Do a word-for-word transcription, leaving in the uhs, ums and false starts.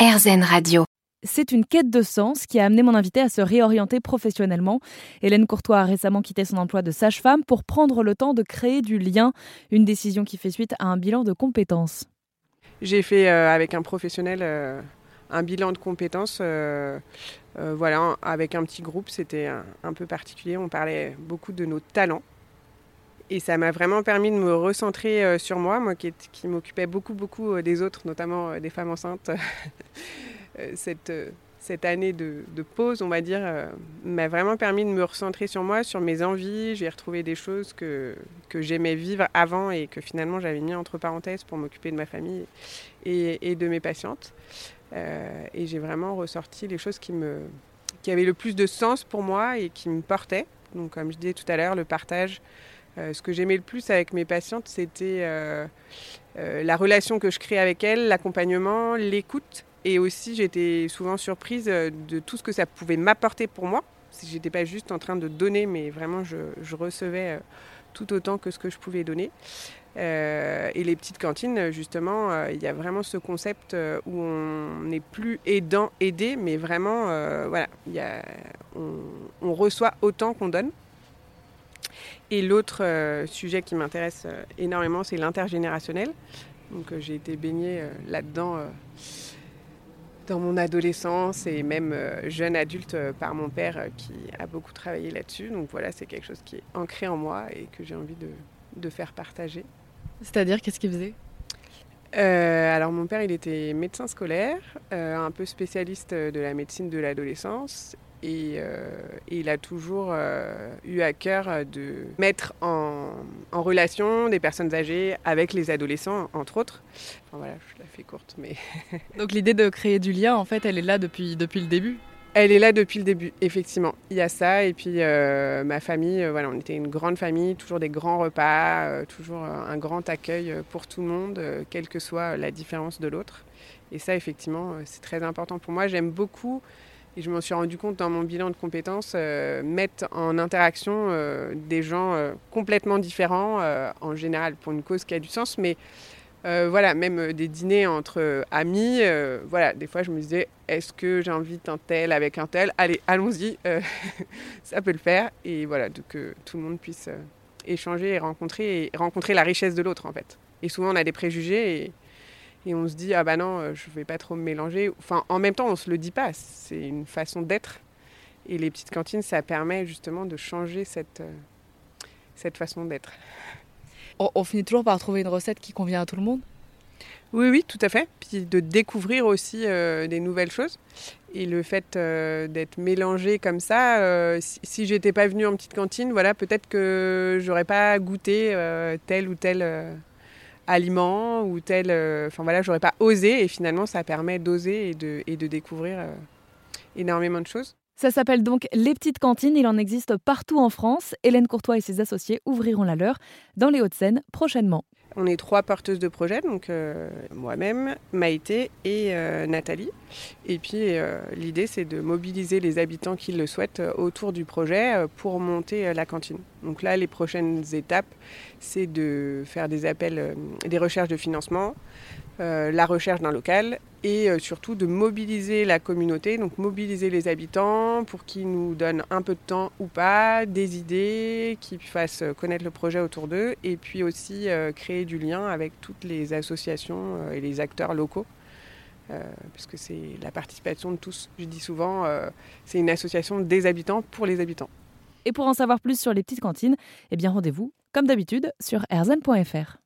RZN Radio. C'est une quête de sens qui a amené mon invité à se réorienter professionnellement. Hélène Courtois a récemment quitté son emploi de sage-femme pour prendre le temps de créer du lien, une décision qui fait suite à un bilan de compétences. J'ai fait euh, avec un professionnel euh, un bilan de compétences, euh, euh, voilà, avec un petit groupe, c'était un, un peu particulier, on parlait beaucoup de nos talents. Et ça m'a vraiment permis de me recentrer euh, sur moi, moi qui, qui m'occupais beaucoup, beaucoup euh, des autres, notamment euh, des femmes enceintes. cette, euh, cette année de, de pause, on va dire, euh, m'a vraiment permis de me recentrer sur moi, sur mes envies. J'ai retrouvé des choses que, que j'aimais vivre avant et que finalement j'avais mis entre parenthèses pour m'occuper de ma famille et, et de mes patientes. Euh, et j'ai vraiment ressorti les choses qui, me, qui avaient le plus de sens pour moi et qui me portaient. Donc comme je disais tout à l'heure, le partage. Euh, ce que j'aimais le plus avec mes patientes, c'était euh, euh, la relation que je crée avec elles, l'accompagnement, l'écoute. Et aussi, j'étais souvent surprise de tout ce que ça pouvait m'apporter pour moi. Je n'étais pas juste en train de donner, mais vraiment, je, je recevais tout autant que ce que je pouvais donner. Euh, et les petites cantines, justement, euh, il y a vraiment ce concept où on n'est plus aidant, aidé, mais vraiment, euh, voilà, il y a, on, on reçoit autant qu'on donne. Et l'autre euh, sujet qui m'intéresse euh, énormément, c'est l'intergénérationnel. Donc euh, j'ai été baignée euh, là-dedans euh, dans mon adolescence et même euh, jeune adulte euh, par mon père euh, qui a beaucoup travaillé là-dessus. Donc voilà, c'est quelque chose qui est ancré en moi et que j'ai envie de, de faire partager. C'est-à-dire, qu'est-ce qu'il faisait ? Euh, alors mon père, il était médecin scolaire, euh, un peu spécialiste de la médecine de l'adolescence. Et, euh, et il a toujours euh, eu à cœur de mettre en, en relation des personnes âgées avec les adolescents, entre autres. Enfin, voilà, je la fais courte, mais... Donc l'idée de créer du lien, en fait, elle est là depuis, depuis le début ? Elle est là depuis le début, effectivement. Il y a ça, et puis euh, ma famille, euh, voilà, on était une grande famille, toujours des grands repas, euh, toujours un grand accueil pour tout le monde, euh, quelle que soit la différence de l'autre. Et ça, effectivement, c'est très important pour moi. J'aime beaucoup... Et je m'en suis rendu compte dans mon bilan de compétences, euh, mettre en interaction euh, des gens euh, complètement différents, euh, en général pour une cause qui a du sens, mais euh, voilà, même euh, des dîners entre euh, amis, euh, voilà, des fois je me disais, est-ce que j'invite un tel avec un tel ? Allez, allons-y, euh, ça peut le faire, et voilà, que tout le monde puisse euh, échanger et rencontrer, et rencontrer la richesse de l'autre en fait. Et souvent on a des préjugés, et Et on se dit, ah bah non, je ne vais pas trop me mélanger. Enfin, en même temps, on ne se le dit pas. C'est une façon d'être. Et les petites cantines, ça permet justement de changer cette, euh, cette façon d'être. On, on finit toujours par trouver une recette qui convient à tout le monde ? Oui, oui, tout à fait. Puis de découvrir aussi euh, des nouvelles choses. Et le fait euh, d'être mélangé comme ça, euh, si, si j'étais pas venue en petite cantine, voilà, peut-être que j'aurais pas goûté euh, tel ou tel... Euh, aliments ou tel... Euh, enfin voilà, j'aurais pas osé et finalement ça permet d'oser et de, et de découvrir euh, énormément de choses. Ça s'appelle donc Les Petites Cantines, il en existe partout en France. Hélène Courtois et ses associés ouvriront la leur dans les Hauts-de-Seine prochainement. On est trois porteuses de projets, donc euh, moi-même, Maïté et euh, Nathalie. Et puis euh, l'idée, c'est de mobiliser les habitants qui le souhaitent euh, autour du projet euh, pour monter euh, la cantine. Donc là, les prochaines étapes, c'est de faire des appels, euh, des recherches de financement, euh, la recherche d'un local et euh, surtout de mobiliser la communauté, donc mobiliser les habitants pour qu'ils nous donnent un peu de temps ou pas, des idées, qu'ils fassent connaître le projet autour d'eux et puis aussi euh, créer du lien avec toutes les associations euh, et les acteurs locaux. Euh, parce que c'est la participation de tous. Je dis souvent, euh, c'est une association des habitants pour les habitants. Et pour en savoir plus sur les petites cantines, eh bien rendez-vous, comme d'habitude, sur r z n point f r.